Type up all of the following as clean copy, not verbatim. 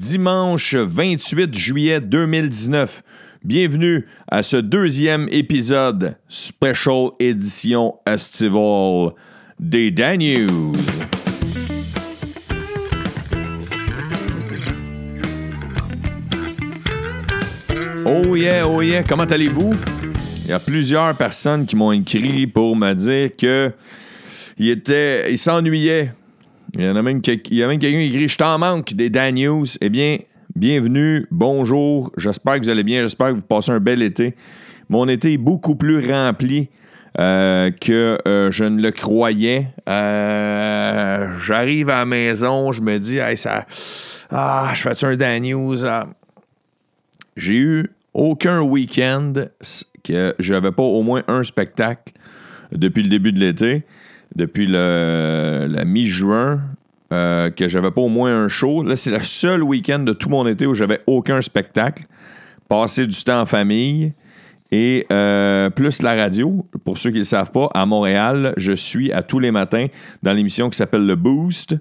dimanche 28 juillet 2019. Bienvenue à ce deuxième épisode Special Édition Estival des Dan News. Oh yeah, comment allez-vous? Il y a plusieurs personnes qui m'ont écrit pour me dire qu'ils s'ennuyaient. Il y a même quelqu'un qui écrit « Je t'en manque des Dan News ». Eh bien, bienvenue, bonjour, j'espère que vous allez bien, j'espère que vous passez un bel été. Mon été est beaucoup plus rempli que je ne le croyais. J'arrive à la maison, je me dis hey, « je fais-tu un Dan News ?» J'ai eu aucun week-end que j'avais pas au moins un spectacle depuis le début de l'été. Depuis la mi-juin, que j'avais pas au moins un show. Là, c'est le seul week-end de tout mon été où j'avais aucun spectacle. Passer du temps en famille et plus la radio. Pour ceux qui ne le savent pas, à Montréal, je suis à tous les matins dans l'émission qui s'appelle Le Boost,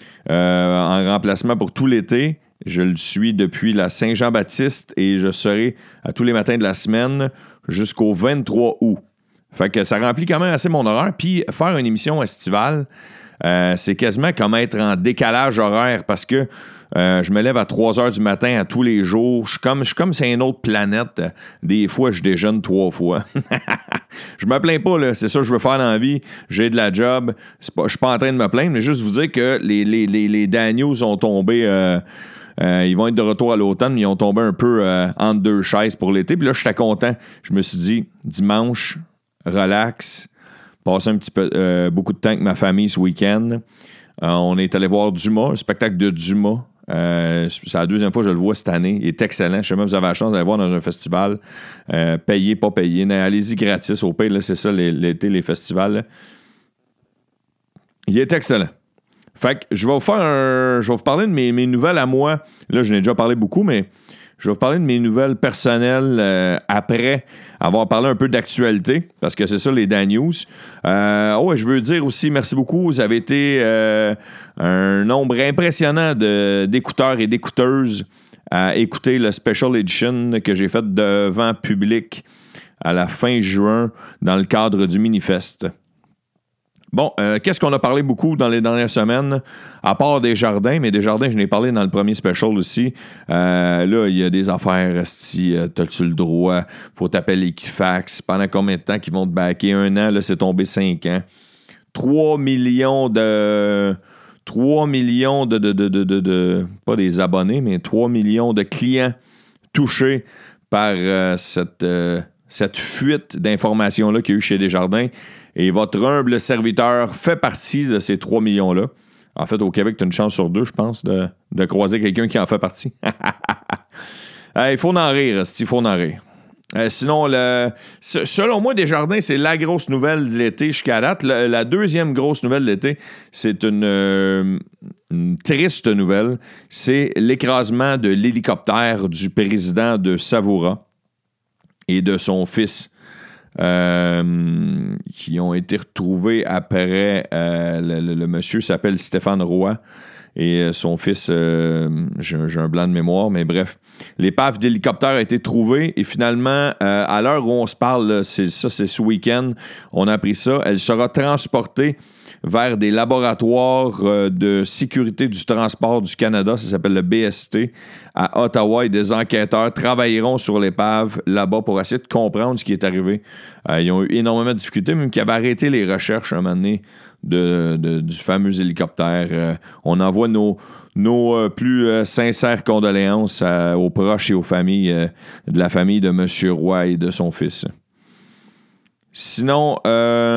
en remplacement pour tout l'été. Je le suis depuis la Saint-Jean-Baptiste et je serai à tous les matins de la semaine jusqu'au 23 août. Fait que ça remplit quand même assez mon horaire. Puis faire une émission estivale, c'est quasiment comme être en décalage horaire parce que je me lève à 3 heures du matin à tous les jours. Je suis comme c'est une autre planète. Des fois, je déjeune 3 fois. Je me plains pas, là. C'est ça que je veux faire dans la vie. J'ai de la job. Je suis pas en train de me plaindre, mais juste vous dire que les Dan News ont tombé... ils vont être de retour à l'automne, mais ils ont tombé un peu entre deux chaises pour l'été. Puis là, j'étais content. Je me suis dit, dimanche... relax, passer un petit peu beaucoup de temps avec ma famille ce week-end. On est allé voir Dumas, le spectacle de Dumas. C'est la deuxième fois que je le vois cette année. Il est excellent. Je sais même si vous avez la chance d'aller voir dans un festival. Payé, pas payé. Allez-y gratis au pays. Là, c'est ça l'été, les festivals. Là. Il est excellent. Fait que je vais vous parler de mes nouvelles à moi. Là, je n'ai déjà parlé beaucoup, mais je vais vous parler de mes nouvelles personnelles après avoir parlé un peu d'actualité, parce que c'est ça les Dan News. Je veux dire aussi merci beaucoup. Vous avez été un nombre impressionnant d'écouteurs et d'écouteuses à écouter le Special Edition que j'ai fait devant public à la fin juin dans le cadre du Minifest. Bon, qu'est-ce qu'on a parlé beaucoup dans les dernières semaines, à part Desjardins, mais Desjardins, je n'ai parlé dans le premier special aussi. Là, il y a des affaires, si t'as-tu le droit, faut t'appeler Equifax, pendant combien de temps qu'ils vont te backer? 1 an, là, c'est tombé 5 ans. 3 millions de pas des abonnés, mais 3 millions de clients touchés par cette fuite d'informations-là qu'il y a eu chez Desjardins. Et votre humble serviteur fait partie de ces 3 millions-là. En fait, au Québec, tu as une chance sur 2, je pense, de croiser quelqu'un qui en fait partie. Il faut en rire, il faut en rire. Sinon, selon moi, Desjardins, c'est la grosse nouvelle de l'été jusqu'à date. La deuxième grosse nouvelle de l'été, c'est une triste nouvelle. C'est l'écrasement de l'hélicoptère du président de Savoura et de son fils. Qui ont été retrouvés après. Le monsieur s'appelle Stéphane Roy et son fils, j'ai un blanc de mémoire, mais bref. L'épave d'hélicoptère a été trouvée et finalement, à l'heure où on se parle, là, c'est ce week-end, on a appris ça. Elle sera transportée vers des laboratoires de sécurité du transport du Canada, ça s'appelle le BST, à Ottawa, et des enquêteurs travailleront sur l'épave là-bas pour essayer de comprendre ce qui est arrivé. Ils ont eu énormément de difficultés, même qu'ils avaient arrêté les recherches à un moment donné du fameux hélicoptère. On envoie nos plus sincères condoléances aux proches et aux familles de la famille de M. Roy et de son fils. Sinon,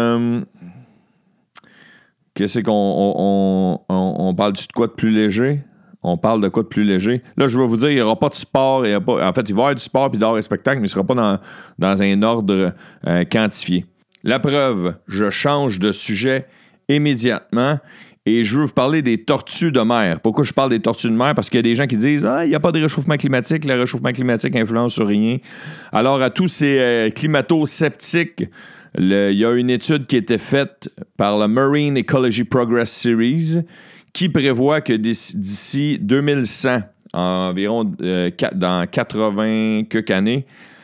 qu'est-ce qu'on parle de quoi de plus léger? On parle de quoi de plus léger? Là, je vais vous dire, il n'y aura pas de sport. En fait, il va y avoir du sport puis d'art et spectacle, mais il ne sera pas dans un ordre quantifié. La preuve, je change de sujet immédiatement et je veux vous parler des tortues de mer. Pourquoi je parle des tortues de mer? Parce qu'il y a des gens qui disent « il n'y a pas de réchauffement climatique, le réchauffement climatique influence sur rien. » Alors, à tous ces climato-sceptiques, il y a une étude qui a été faite par la Marine Ecology Progress Series qui prévoit que d'ici 2100, environ dans 80 quelques années,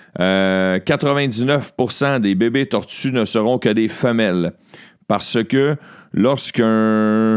99% des bébés tortues ne seront que des femelles. Parce que lorsqu'un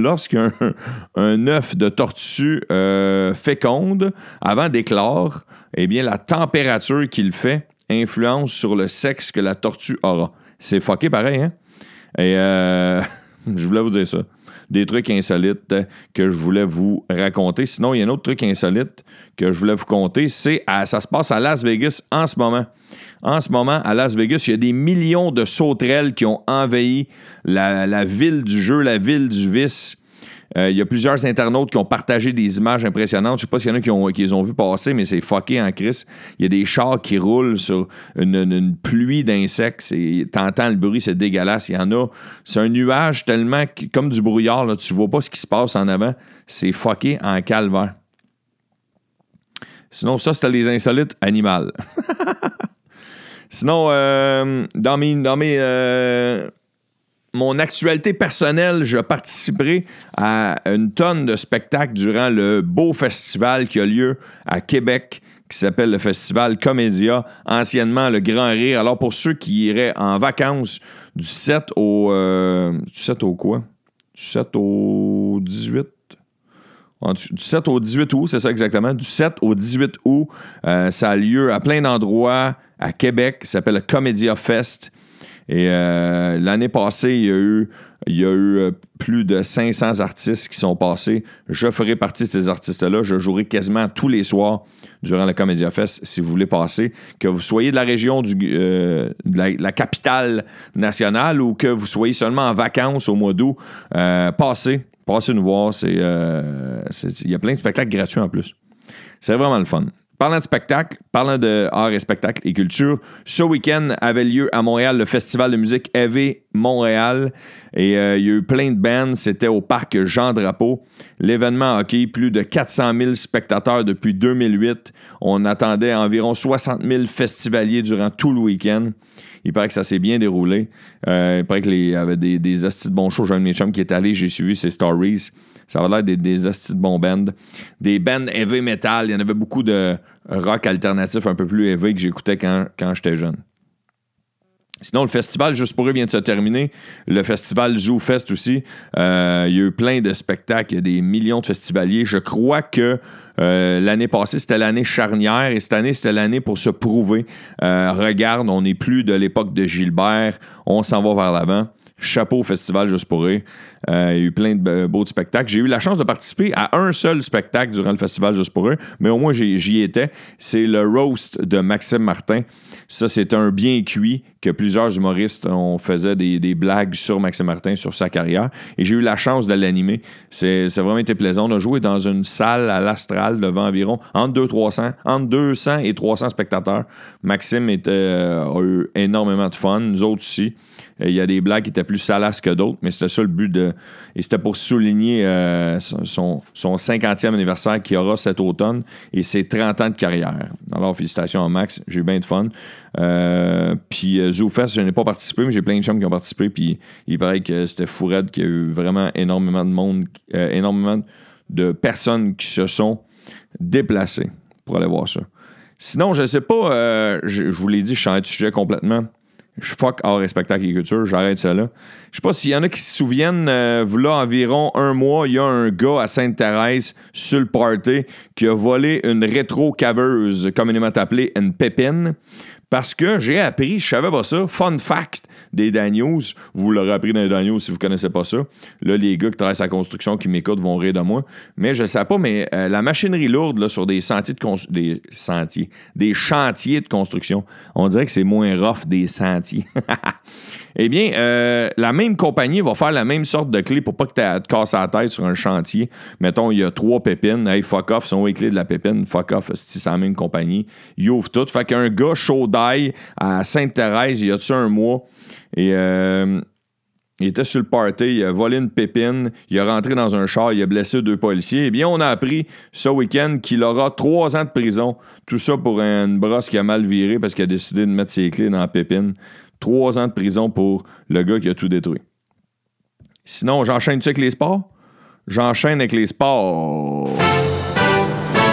œuf de tortue féconde, avant d'éclore, eh bien, la température qu'il fait influence sur le sexe que la tortue aura. C'est fucké pareil, hein? Et je voulais vous dire ça. Des trucs insolites que je voulais vous raconter. Sinon, il y a un autre truc insolite que je voulais vous conter. Ça se passe à Las Vegas en ce moment. En ce moment, à Las Vegas, il y a des millions de sauterelles qui ont envahi la ville du jeu, la ville du vice. Il y a plusieurs internautes qui ont partagé des images impressionnantes. Je ne sais pas s'il y en a qui les ont vu passer, mais c'est fucké en crise. Il y a des chars qui roulent sur une pluie d'insectes. T'entends le bruit, c'est dégueulasse. Il y en a. C'est un nuage tellement comme du brouillard. Là, tu ne vois pas ce qui se passe en avant. C'est fucké en calvaire. Sinon, ça, c'était les insolites animales. Sinon, dans mon actualité personnelle, je participerai à une tonne de spectacles durant le beau festival qui a lieu à Québec, qui s'appelle le Festival Comédia, anciennement le Grand Rire. Alors, pour ceux qui iraient en vacances du 7 au... du 7 au quoi? Du 7 au 18? Du 7 au 18 août, c'est ça exactement. Du 7 au 18 août, ça a lieu à plein d'endroits à Québec. Ça s'appelle le Comédia Fest. Et l'année passée, il y a eu plus de 500 artistes qui sont passés. Je ferai partie de ces artistes-là. Je jouerai quasiment tous les soirs durant le Comédia Fest si vous voulez passer. Que vous soyez de la région de la capitale nationale ou que vous soyez seulement en vacances au mois d'août, passez nous voir. Il y a plein de spectacles gratuits en plus. C'est vraiment le fun. Parlant de spectacle, parlant de art et spectacle et culture, ce week-end avait lieu à Montréal le festival de musique EV Montréal et il y a eu plein de bands. C'était au parc Jean-Drapeau. L'événement a accueilli plus de 400 000 spectateurs depuis 2008. On attendait environ 60 000 festivaliers durant tout le week-end. Il paraît que ça s'est bien déroulé. Il paraît qu'il y avait des hosties de bons shows. J'ai un de mes chums qui est allé, j'ai suivi ses stories. Ça va l'air des hosties de bons bands. Des bands heavy metal. Il y en avait beaucoup de rock alternatif un peu plus heavy que j'écoutais quand j'étais jeune. Sinon, le festival Juste pour eux vient de se terminer. Le festival Zoo Fest aussi. Il y a eu plein de spectacles. Il y a des millions de festivaliers. Je crois que l'année passée, c'était l'année charnière et cette année, c'était l'année pour se prouver. Regarde, on n'est plus de l'époque de Gilbert. On s'en va vers l'avant. Chapeau au festival Juste pour eux. Il y a eu plein de beaux spectacles. J'ai eu la chance de participer à un seul spectacle durant le festival Juste pour eux, mais au moins j'y étais. C'est le roast de Maxime Martin. Ça, c'est un bien cuit que plusieurs humoristes ont faisait des blagues sur Maxime Martin, sur sa carrière. Et j'ai eu la chance de l'animer. C'est vraiment été plaisant. On a joué dans une salle à l'Astral devant environ entre 200 et 300 spectateurs. Maxime a eu énormément de fun. Nous autres aussi. Il y a des blagues qui étaient plus salaces que d'autres, mais c'était ça le but et c'était pour souligner son 50e anniversaire qu'il aura cet automne et ses 30 ans de carrière. Alors, félicitations à Max. J'ai eu bien de fun. Puis ZooFest, je n'ai pas participé, mais j'ai plein de chums qui ont participé. Puis il paraît que c'était fou raide, qu'il y a eu vraiment énormément de monde, énormément de personnes qui se sont déplacées pour aller voir ça. Sinon, je ne sais pas, je vous l'ai dit, je change de sujet complètement. Je fuck art et spectacle et culture, j'arrête ça là. Je sais pas s'il y en a qui se souviennent, là, environ un mois, il y a un gars à Sainte-Thérèse sur le party qui a volé une rétro-caveuse, communément appelée une pépine. Parce que j'ai appris, je savais pas ça, fun fact des Dan News, vous l'aurez appris dans les Dan News si vous connaissez pas ça. Là, les gars qui travaillent sur la construction, qui m'écoutent, vont rire de moi. Mais je sais pas, mais la machinerie lourde là, sur des chantiers de construction, on dirait que c'est moins rough des sentiers. Eh bien, la même compagnie va faire la même sorte de clé pour pas que tu te casses la tête sur un chantier. Mettons, il y a 3 pépines. Hey, fuck off, sont les clés de la pépine. Fuck off, c'est la même compagnie. Ils ouvrent tout. Fait qu'un gars chaud d'ail à Sainte-Thérèse, il y a-tu un mois, et il était sur le party, il a volé une pépine, il a rentré dans un char, il a blessé 2 policiers. Eh bien, on a appris ce week-end qu'il aura 3 ans de prison. Tout ça pour une brosse qui a mal viré parce qu'il a décidé de mettre ses clés dans la pépine. 3 ans de prison pour le gars qui a tout détruit. Sinon, j'enchaîne-tu avec les sports? J'enchaîne avec les sports.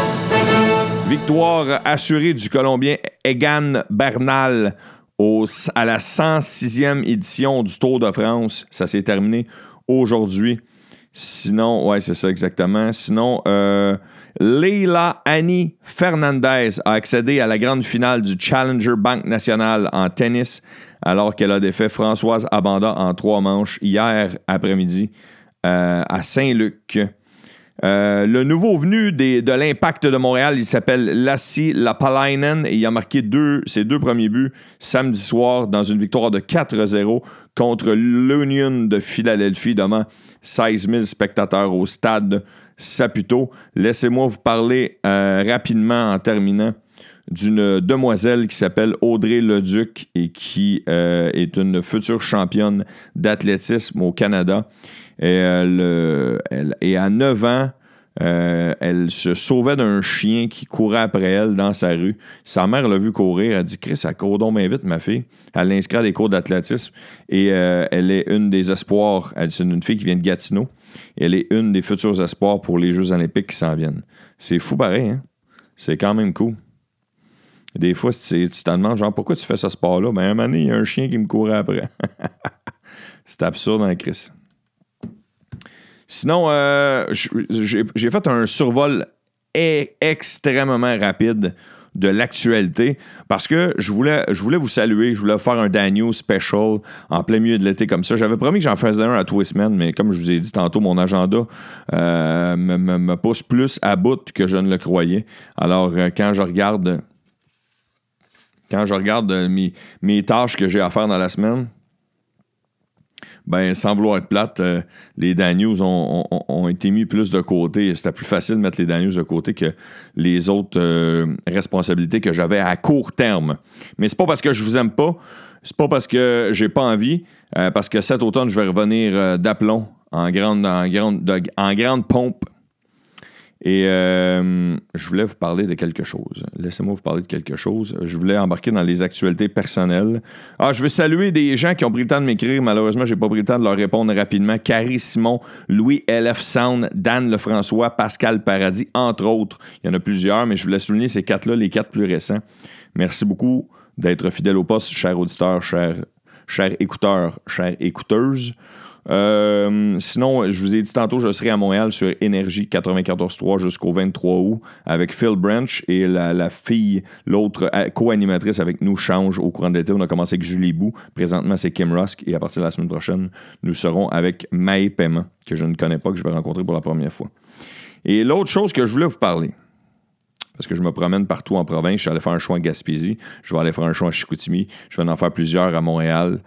Victoire assurée du Colombien Egan Bernal à la 106e édition du Tour de France. Ça s'est terminé aujourd'hui. Sinon, ouais, c'est ça exactement. Sinon, Leila Annie Fernandez a accédé à la grande finale du Challenger Banque Nationale en tennis alors qu'elle a défait Françoise Abanda en 3 manches hier après-midi à Saint-Luc. Le nouveau venu de l'Impact de Montréal, il s'appelle Lassi Lapalainen et il a marqué ses 2 premiers buts samedi soir dans une victoire de 4-0 contre l'Union de Philadelphie devant 16 000 spectateurs au stade Saputo. Laissez-moi vous parler rapidement en terminant d'une demoiselle qui s'appelle Audrey Leduc et qui est une future championne d'athlétisme au Canada. Et à 9 ans, elle se sauvait d'un chien qui courait après elle dans sa rue. Sa mère l'a vu courir. Elle a dit « Chris, elle court donc bien vite, ma fille. » Elle l'inscrit à des cours d'athlétisme et elle est une des espoirs. C'est une fille qui vient de Gatineau. Et elle est une des futurs espoirs pour les Jeux olympiques qui s'en viennent. C'est fou pareil, hein? C'est quand même cool. Des fois, tu te demandes genre, pourquoi tu fais ce sport-là? Ben, à un moment donné, il y a un chien qui me courait après. C'est absurde, hein, Chris? Sinon, j'ai fait un survol extrêmement rapide de l'actualité parce que je voulais vous saluer, je voulais faire un Dan News special en plein milieu de l'été comme ça. J'avais promis que j'en faisais un à tous les semaines, mais comme je vous ai dit tantôt, mon agenda me pousse plus à bout que je ne le croyais. Alors, quand je regarde mes tâches que j'ai à faire dans la semaine, ben, sans vouloir être plate, les Dan News ont été mis plus de côté. C'était plus facile de mettre les Dan News de côté que les autres responsabilités que j'avais à court terme. Mais c'est pas parce que je vous aime pas, c'est pas parce que j'ai pas envie, parce que cet automne, je vais revenir d'aplomb en grande pompe. Et je voulais vous parler de quelque chose. Laissez-moi vous parler de quelque chose. Je voulais embarquer dans les actualités personnelles. Je veux saluer des gens qui ont pris le temps de m'écrire. Malheureusement, je n'ai pas pris le temps de leur répondre rapidement. Carrie Simon, Louis LF Sound, Dan Lefrançois, Pascal Paradis, entre autres. Il y en a plusieurs, mais je voulais souligner ces 4-là, les 4 plus récents. Merci beaucoup d'être fidèle au poste, chers auditeurs, chers écouteurs, chères écouteuses. Sinon, je vous ai dit tantôt, je serai à Montréal sur Énergie 94.3 jusqu'au 23 août avec Phil Branch et la fille, l'autre co-animatrice avec nous change au courant de l'été. On a commencé avec Julie Bou. Présentement, c'est Kim Rusk et à partir de la semaine prochaine, nous serons avec Maë Paiement, que je ne connais pas, que je vais rencontrer pour la première fois. Et l'autre chose que je voulais vous parler, parce que je me promène partout en province, je suis allé faire un show en Gaspésie, je vais aller faire un show en Chicoutimi, je vais en faire plusieurs à Montréal.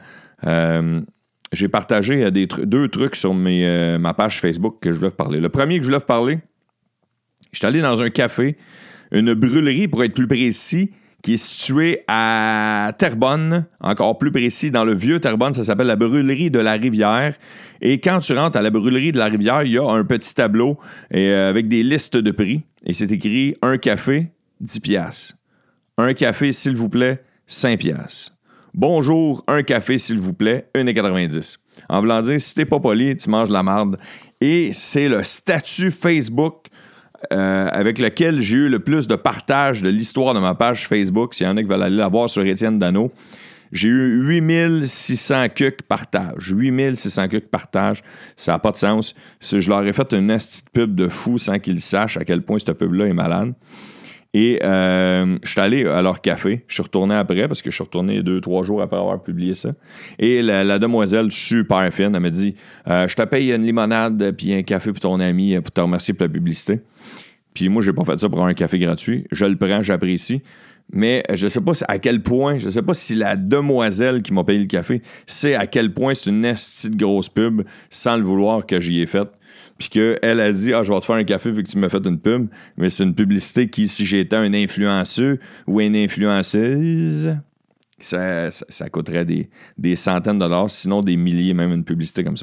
J'ai partagé 2 trucs sur ma page Facebook que je voulais vous parler. Le premier que je voulais vous parler, je suis allé dans un café, une brûlerie pour être plus précis, qui est située à Terrebonne, encore plus précis, dans le vieux Terrebonne, ça s'appelle la brûlerie de la Rivière. Et quand tu rentres à la brûlerie de la Rivière, il y a un petit tableau avec des listes de prix. Et c'est écrit un café, 10$. Un café, s'il vous plaît, 5$. Bonjour, un café, s'il vous plaît, 1,90$. En voulant dire, si t'es pas poli, tu manges de la marde. Et c'est le statut Facebook avec lequel j'ai eu le plus de partage de l'histoire de ma page Facebook. S'il y en a qui veulent aller la voir sur Étienne Dano, j'ai eu 8600 partages. 8600 partages. Ça n'a pas de sens. Je leur ai fait une petite pub de fou sans qu'ils le sachent à quel point cette pub-là est malade. Et je suis allé à leur café. Je suis retourné après parce que je suis retourné 2-3 jours après avoir publié ça. Et la demoiselle, super fine, elle m'a dit je te paye une limonade puis un café pour ton ami pour te remercier pour la publicité. Puis moi, j'ai pas fait ça pour avoir un café gratuit. Je le prends, j'apprécie. Mais je sais pas à quel point, je sais pas si la demoiselle qui m'a payé le café sait à quel point c'est une esti de grosse pub sans le vouloir que j'y ai faite. Puis qu'elle a dit, je vais te faire un café vu que tu m'as fait une pub. Mais c'est une publicité qui, si j'étais un influenceur ou une influenceuse, ça coûterait des centaines de dollars, sinon des milliers, même une publicité comme ça.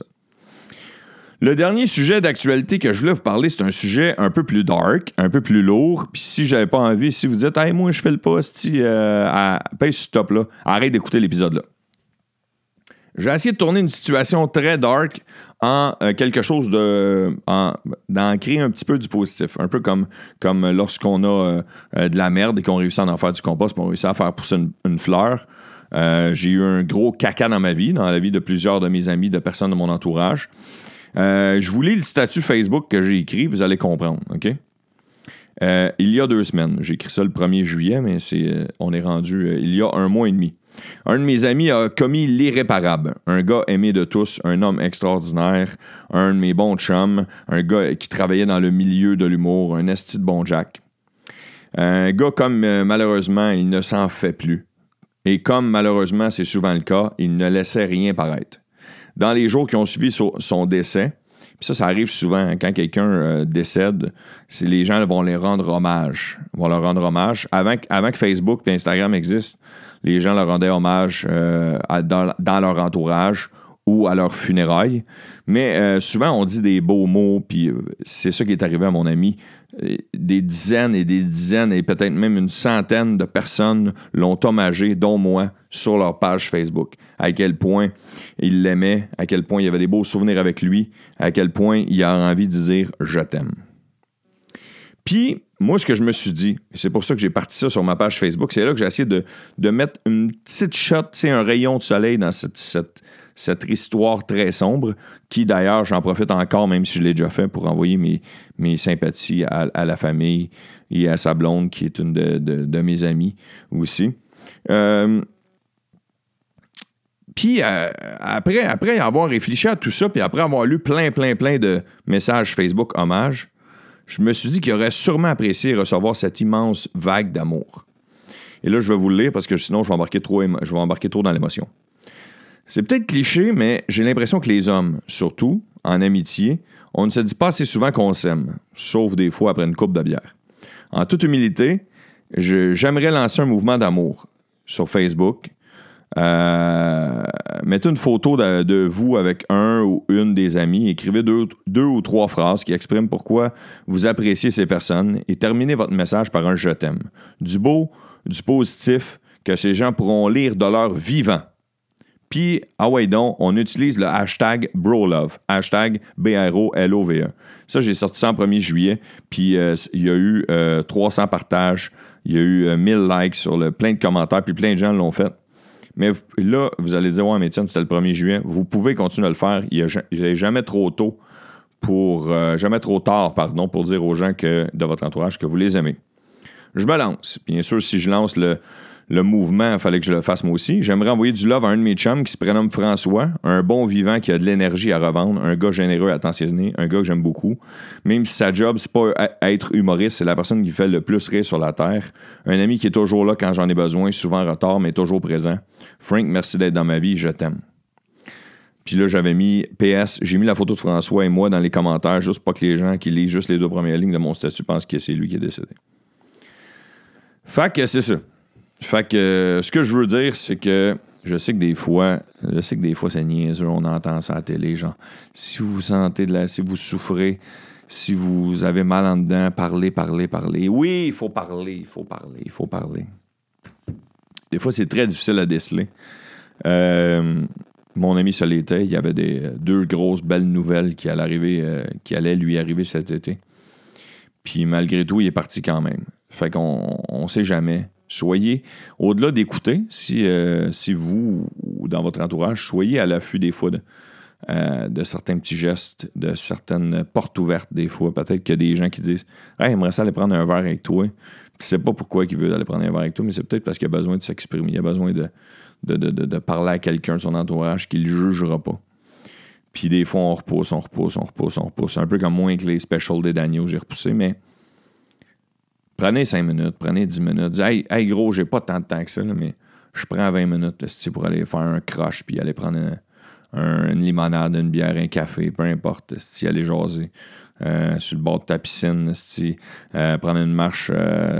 Le dernier sujet d'actualité que je voulais vous parler, c'est un sujet un peu plus dark, un peu plus lourd. Puis si j'avais pas envie, si vous dites « Hey, moi, je fais le post, pèse stop là, arrête d'écouter l'épisode là. » J'ai essayé de tourner une situation très dark en quelque chose d'en créer un petit peu du positif. Un peu comme lorsqu'on a de la merde et qu'on réussit à en faire du compost, puis on réussit à faire pousser une fleur. J'ai eu un gros caca dans ma vie, dans la vie de plusieurs de mes amis, de personnes de mon entourage. Je vous lis le statut Facebook que j'ai écrit, vous allez comprendre, OK? Il y a 2 semaines. J'ai écrit ça le 1er juillet, mais on est rendu il y a 1 mois et demi. Un de mes amis a commis l'irréparable. Un gars aimé de tous, un homme extraordinaire, un de mes bons chums, un gars qui travaillait dans le milieu de l'humour, un esti de bon Jack. Un gars comme malheureusement, il ne s'en fait plus. Et comme malheureusement, c'est souvent le cas, il ne laissait rien paraître. Dans les jours qui ont suivi son décès, puis ça arrive souvent, quand quelqu'un décède, les gens vont leur rendre hommage. Avant que Facebook et Instagram existent, les gens leur rendaient hommage dans leur entourage ou à leur funérailles. Mais souvent, on dit des beaux mots, puis c'est ça qui est arrivé à mon ami. Des dizaines et peut-être même une centaine de personnes l'ont hommagé, dont moi, sur leur page Facebook. À quel point il l'aimait, à quel point il y avait des beaux souvenirs avec lui, à quel point il a envie de dire « je t'aime ». Puis, moi, ce que je me suis dit, et c'est pour ça que j'ai parti ça sur ma page Facebook, c'est là que j'ai essayé de mettre une petite shot, un rayon de soleil dans cette histoire très sombre, qui d'ailleurs, j'en profite encore, même si je l'ai déjà fait, pour envoyer mes sympathies à la famille et à sa blonde, qui est une de mes amies aussi. Puis après avoir réfléchi à tout ça, puis après avoir lu plein de messages Facebook hommage, je me suis dit qu'il aurait sûrement apprécié recevoir cette immense vague d'amour. Et là, je vais vous le lire parce que sinon, je vais embarquer trop dans l'émotion. C'est peut-être cliché, mais j'ai l'impression que les hommes, surtout en amitié, on ne se dit pas assez souvent qu'on s'aime, sauf des fois après une coupe de bière. En toute humilité, j'aimerais lancer un mouvement d'amour sur Facebook. Mettez une photo de vous avec un ou une des amis, écrivez 2 ou 3 phrases qui expriment pourquoi vous appréciez ces personnes et terminez votre message par un « je t'aime ». Du beau, du positif que ces gens pourront lire de leur vivant. Puis, on utilise le hashtag BroLove, hashtag BROLOVE. Ça, j'ai sorti ça en 1er juillet, puis il y a eu 300 partages, il y a eu 1000 likes sur plein de commentaires, puis plein de gens l'ont fait. Mais là, vous allez dire, ouais, mais Étienne, c'était le 1er juillet. Vous pouvez continuer à le faire. Il n'est jamais trop tard, pour dire aux gens de votre entourage que vous les aimez. Je me lance. Bien sûr, si je lance le mouvement, il fallait que je le fasse moi aussi. J'aimerais envoyer du love à un de mes chums qui se prénomme François, un bon vivant qui a de l'énergie à revendre, un gars généreux et attentionné, un gars que j'aime beaucoup. Même si sa job, c'est pas être humoriste, c'est la personne qui fait le plus rire sur la terre. Un ami qui est toujours là quand j'en ai besoin, souvent en retard, mais toujours présent. Frank, merci d'être dans ma vie, je t'aime. Puis là, j'avais mis PS, j'ai mis la photo de François et moi dans les commentaires, juste pas que les gens qui lisent juste les 2 premières lignes de mon statut pensent que c'est lui qui est décédé. Fait que c'est ça. Fait que ce que je veux dire, c'est que je sais que des fois, c'est niaiseux, on entend ça à la télé, genre, si vous vous sentez si vous souffrez, si vous avez mal en dedans, parlez. Oui, il faut parler. Des fois, c'est très difficile à déceler. Mon ami se l'était, il y avait 2 grosses belles nouvelles qui allaient lui arriver cet été. Puis malgré tout, il est parti quand même. Fait qu'on sait jamais. Soyez, au-delà d'écouter, si vous ou dans votre entourage, soyez à l'affût des fois de certains petits gestes, de certaines portes ouvertes des fois. Peut-être qu'il y a des gens qui disent « Hey, j'aimerais ça aller prendre un verre avec toi. » Puis c'est pas pourquoi il veut aller prendre un verre avec toi, mais c'est peut-être parce qu'il a besoin de s'exprimer. Il a besoin de parler à quelqu'un de son entourage qui ne le jugera pas. Puis des fois, on repousse. Un peu comme moi avec les specials des Daniel, j'ai repoussé, mais prenez 5 minutes, prenez 10 minutes. Dis, hey gros, j'ai pas tant de temps que ça, là, mais je prends 20 minutes pour aller faire un crush puis aller prendre une limonade, une bière, un café, peu importe, aller jaser sur le bord de ta piscine, prendre une marche.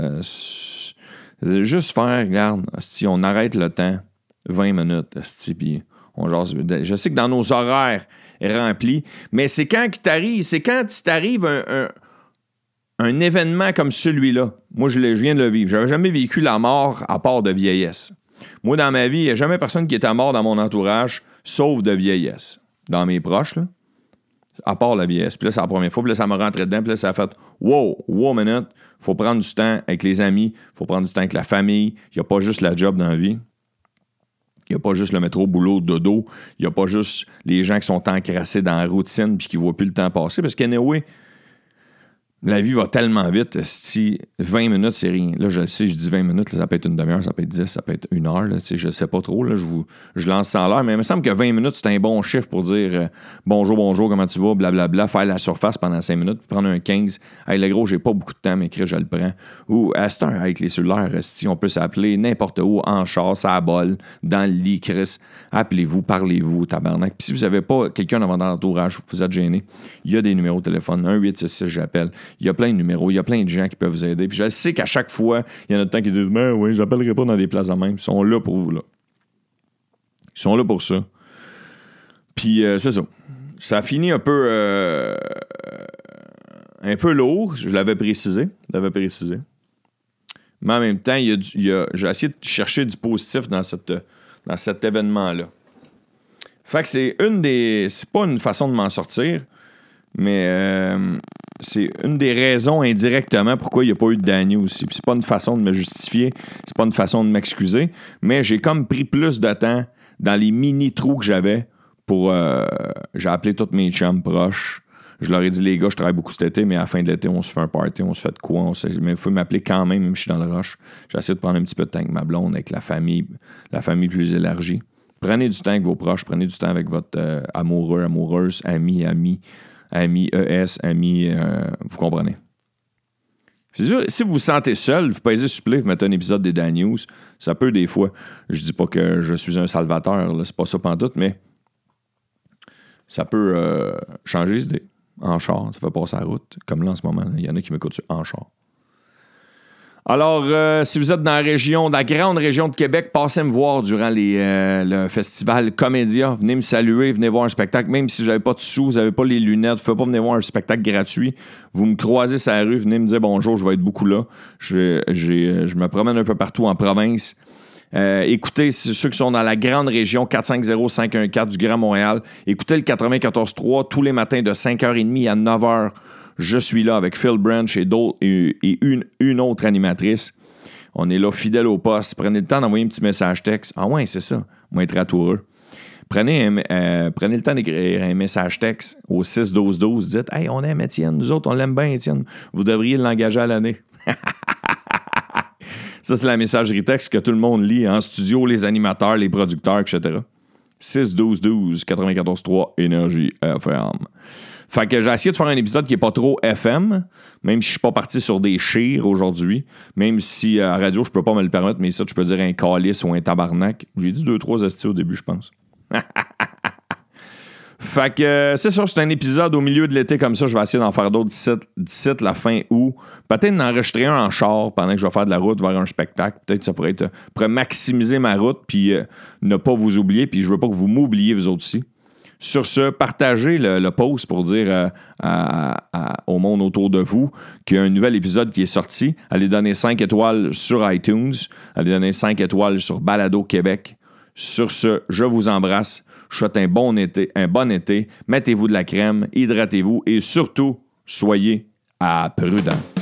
Juste faire, regarde, on arrête le temps, 20 minutes, puis on jase. Je sais que dans nos horaires remplis, mais c'est quand il t'arrive un événement comme celui-là. Moi, je viens de le vivre. J'avais jamais vécu la mort à part de vieillesse. Moi, dans ma vie, il n'y a jamais personne qui est à mort dans mon entourage, sauf de vieillesse. Dans mes proches, là. À part la vieillesse. Puis là, c'est la première fois. Puis là, ça m'a rentré dedans. Puis là, ça a fait wow, minute. Faut prendre du temps avec les amis. Faut prendre du temps avec la famille. Il n'y a pas juste la job dans la vie. Il n'y a pas juste le métro, boulot, dodo. Il n'y a pas juste les gens qui sont encrassés dans la routine puis qui ne voient plus le temps passer. Parce qu'anyway, la vie va tellement vite, si 20 minutes, c'est rien. Là, je le sais, je dis 20 minutes, là, ça peut être une demi-heure, ça peut être 10, ça peut être une heure. Là, je ne sais pas trop. Là, je lance ça en l'air, mais il me semble que 20 minutes, c'est un bon chiffre pour dire bonjour, comment tu vas, blablabla, faire la surface pendant 5 minutes, puis prendre un 15. Hey, le gros, j'ai pas beaucoup de temps, mais je le prends. Ou à cette heure, avec les cellulaires, on peut s'appeler n'importe où, en char, à la bol, dans le lit, Chris. Appelez-vous, parlez-vous, tabarnak. Puis si vous n'avez pas quelqu'un dans votre entourage, vous êtes gêné, il y a des numéros de téléphone, 1-866, j'appelle. Il y a plein de numéros, il y a plein de gens qui peuvent vous aider. Puis je sais qu'à chaque fois, il y en a de temps qui disent « Ben oui, je n'appellerai pas dans des places de même. » Ils sont là pour vous, là. Ils sont là pour ça. Puis c'est ça. Ça a fini un peu lourd, je l'avais précisé. Mais en même temps, j'ai essayé de chercher du positif dans cet événement-là. Fait que c'est pas une façon de m'en sortir, mais c'est une des raisons indirectement pourquoi il n'y a pas eu de Daniel aussi. Puis c'est pas une façon de me justifier, c'est pas une façon de m'excuser, mais j'ai comme pris plus de temps dans les mini-trous que j'avais pour... j'ai appelé tous mes chums proches. Je leur ai dit, les gars, je travaille beaucoup cet été, mais à la fin de l'été, on se fait un party, on se fait de quoi? Mais il faut m'appeler quand même si je suis dans le rush. J'ai essayé de prendre un petit peu de temps avec ma blonde, avec la famille plus élargie. Prenez du temps avec vos proches, prenez du temps avec votre amoureux, amoureuse, ami, ES, ami, vous comprenez. C'est sûr, si vous vous sentez seul, vous pèsez supplé, vous mettez un épisode des Dan News, ça peut des fois. Je dis pas que je suis un salvateur, là, c'est pas ça pantoute, mais ça peut changer les idées. En char, ça fait passer la route. Comme là, en ce moment, il y en a qui m'écoutent en char. Alors, si vous êtes dans la grande région de Québec, passez me voir durant le festival Comédia. Venez me saluer, venez voir un spectacle. Même si vous n'avez pas de sous, vous n'avez pas les lunettes, vous ne pouvez pas venir voir un spectacle gratuit. Vous me croisez sur la rue, venez me dire bonjour, je vais être beaucoup là. Je me promène un peu partout en province. Écoutez, ceux qui sont dans la grande région 450-514 du Grand Montréal, écoutez le 94.3 tous les matins de 5h30 à 9h. Je suis là avec Phil Branch et une autre animatrice. On est là, fidèle au poste. Prenez le temps d'envoyer un petit message texte. Ah ouais, c'est ça. Moi, être ratoureux. Prenez le temps d'écrire un message texte au 6-12-12. Dites « Hey, on aime Étienne. Nous autres, on l'aime bien, Étienne. Vous devriez l'engager à l'année. » Ça, c'est la messagerie texte que tout le monde lit en studio, les animateurs, les producteurs, etc. 6-12-12, 94.3, Énergie FM. Fait que j'ai essayé de faire un épisode qui n'est pas trop FM, même si je suis pas parti sur des chires aujourd'hui, même si à radio, je peux pas me le permettre, mais ça, je peux dire un calice ou un tabarnak. J'ai dit 2-3 hosties au début, je pense. Fait que c'est ça, c'est un épisode au milieu de l'été comme ça. Je vais essayer d'en faire d'autres d'ici la fin août. Peut-être d'enregistrer un en char pendant que je vais faire de la route vers un spectacle. Peut-être que ça pourrait maximiser ma route puis ne pas vous oublier. Puis je veux pas que vous m'oubliez, vous autres aussi. Sur ce, partagez le post pour dire au monde autour de vous qu'il y a un nouvel épisode qui est sorti. Allez donner 5 étoiles sur iTunes. Allez donner 5 étoiles sur Balado Québec. Sur ce, je vous embrasse. Je vous souhaite un bon été. Mettez-vous de la crème, hydratez-vous et surtout, soyez prudents.